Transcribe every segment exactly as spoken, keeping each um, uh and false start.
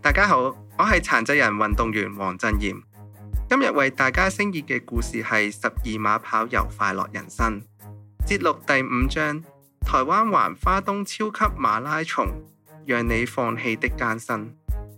大家好，我係殘疾人運動員黃振賢。今日為大家聲演嘅故事係十二碼跑遊快樂人生節錄第五章，台灣環花東超級馬拉松，讓你放棄的艱辛。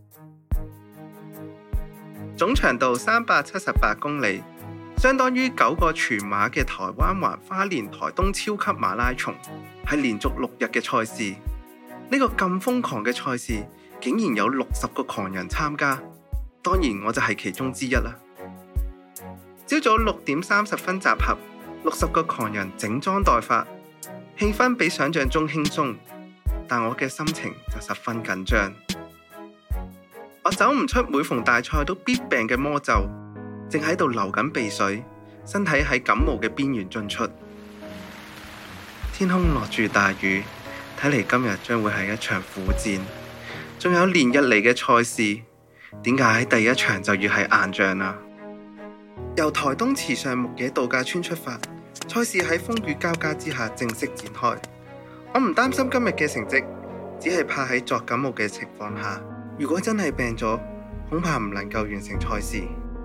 總長度三百七十八公里，相當於九個全馬嘅台灣環花蓮台東超級馬拉松，係連續六日嘅賽事。呢個咁瘋狂嘅賽事，竟然有六十個狂人參加，當然我就係其中之一啦。朝早六點三十分集合，六十個狂人整裝待發，氣氛比想象中輕鬆，但我嘅心情就十分緊張。我走唔出每逢大賽都必病嘅魔咒，正喺度流緊鼻水，身體喺感冒嘅邊緣進出。天空落住大雨，睇嚟今日將會係一場苦戰。仲有連日嚟嘅賽事，點解第一場就要係硬仗啊？由台東池上牧野度假村出發，賽事喺風雨交加之下正式展開。我唔擔心今日嘅成績，只係怕喺作感冒嘅情況下，如果真係病咗，恐怕唔能夠完成賽事。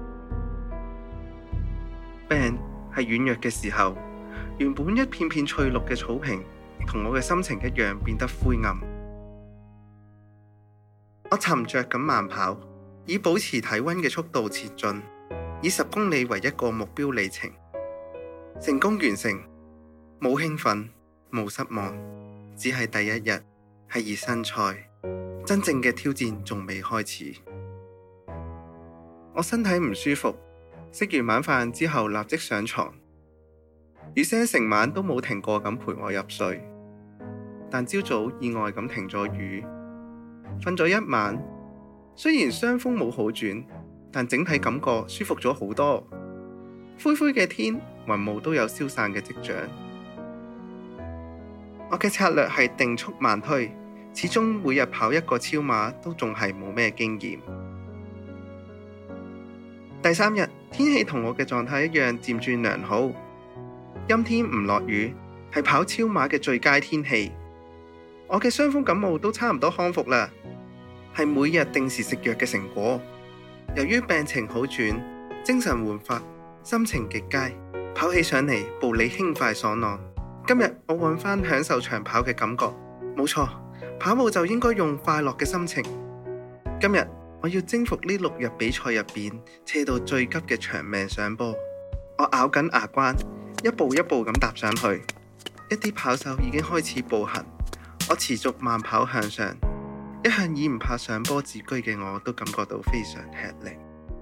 病係軟弱嘅時候，原本一片片翠綠嘅草坪，同我嘅心情一樣變得灰暗。我沉着咁慢跑，以保持體溫嘅速度前進，以十公里為一個目標里程。成功完成，冇興奮，冇失望，只係第一日，係熱身賽，真正嘅挑戰仲未開始。我身體唔舒服，食完晚飯之後立即上床，雨聲成晚都冇停過咁陪我入睡，但朝早意外咁停咗雨。瞓咗一晚，雖然傷風冇好轉，但整體感覺舒服咗好多。灰灰嘅天，雲霧都有消散嘅跡象。我嘅策略係定速慢推，始終每日跑一個超馬都仲係冇咩經驗。第三日，天氣同我嘅狀態一樣漸轉良好，陰天唔落雨，係跑超馬嘅最佳天氣。我嘅傷風感冒都差唔多康復啦，係每日定時食藥嘅成果。由於病情好轉，精神煥發，心情極佳，跑起上嚟步履輕快爽朗。今日我揾返享受長跑嘅感覺，冇錯，跑步就應該用快樂嘅心情。今日我要征服呢六日比賽入邊車到最急嘅長命上坡。我咬緊牙關，一步一步咁踏上去。一啲跑手已經開始步行。我持續慢跑向上，一向以唔怕上坡自居嘅我都感覺到非常吃力。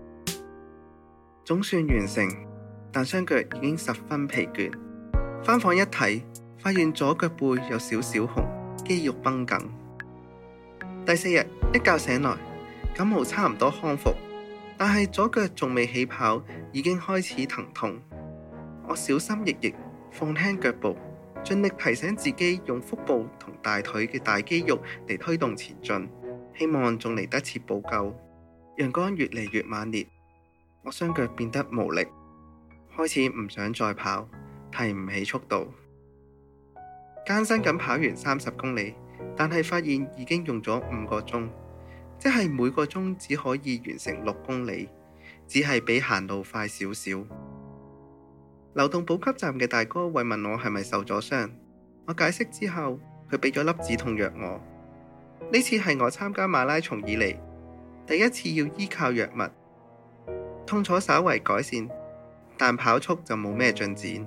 總算完成，但雙腳已經十分疲倦。返房一睇，發現左腳背有少少紅，肌肉繃緊。第四日一覺醒來，感冒差唔多康復，但係左腳仲未起跑，已經開始疼痛。我小心翼翼放輕腳步，盡力提醒自己用腹部同大腿嘅大肌肉嚟推動前進，希望仲嚟得切補救。陽光越嚟越猛烈，我雙腳變得無力，開始唔想再跑，提唔起速度。艱辛咁跑完三十公里，但係發現已經用咗五個鐘，即係每個鐘只可以完成六公里，只係比行路快少少。流動補給站嘅大哥慰問我係咪受咗傷，我解釋之後，佢俾咗粒止痛藥我。呢次係我參加馬拉松以嚟第一次要依靠藥物，痛楚稍為改善，但跑速就冇咩進展。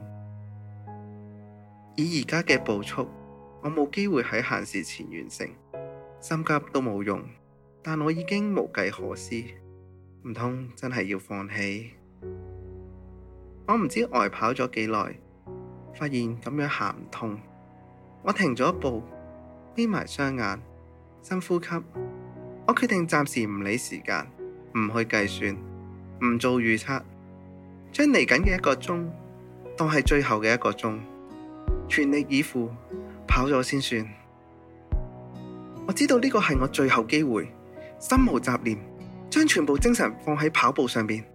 以而家嘅步速，我冇機會喺限時前完成，心急都冇用，但我已經無計可施，唔通真係要放棄？我唔知呆跑咗幾耐，發現咁樣行唔通。我停咗一步，眯埋雙眼，深呼吸。我決定暫時唔理時間，唔去計算，唔做預測，將嚟緊嘅一個鐘當係最後嘅一個鐘，全力以赴，跑咗先算。我知道呢個係我最後機會，心無雜念，將全部精神放喺跑步上邊。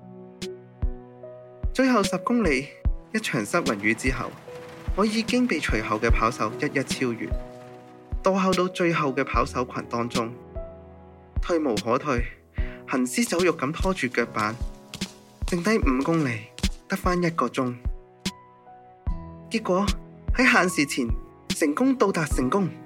最後十公里，一場失雲雨之後，我已經被隨後嘅跑手一一超越，墮後到最後嘅跑手群當中。 退無可退，行屍走肉咁拖住腳板，剩低五公里，得返一個鐘。結果喺限時前成功到達成功。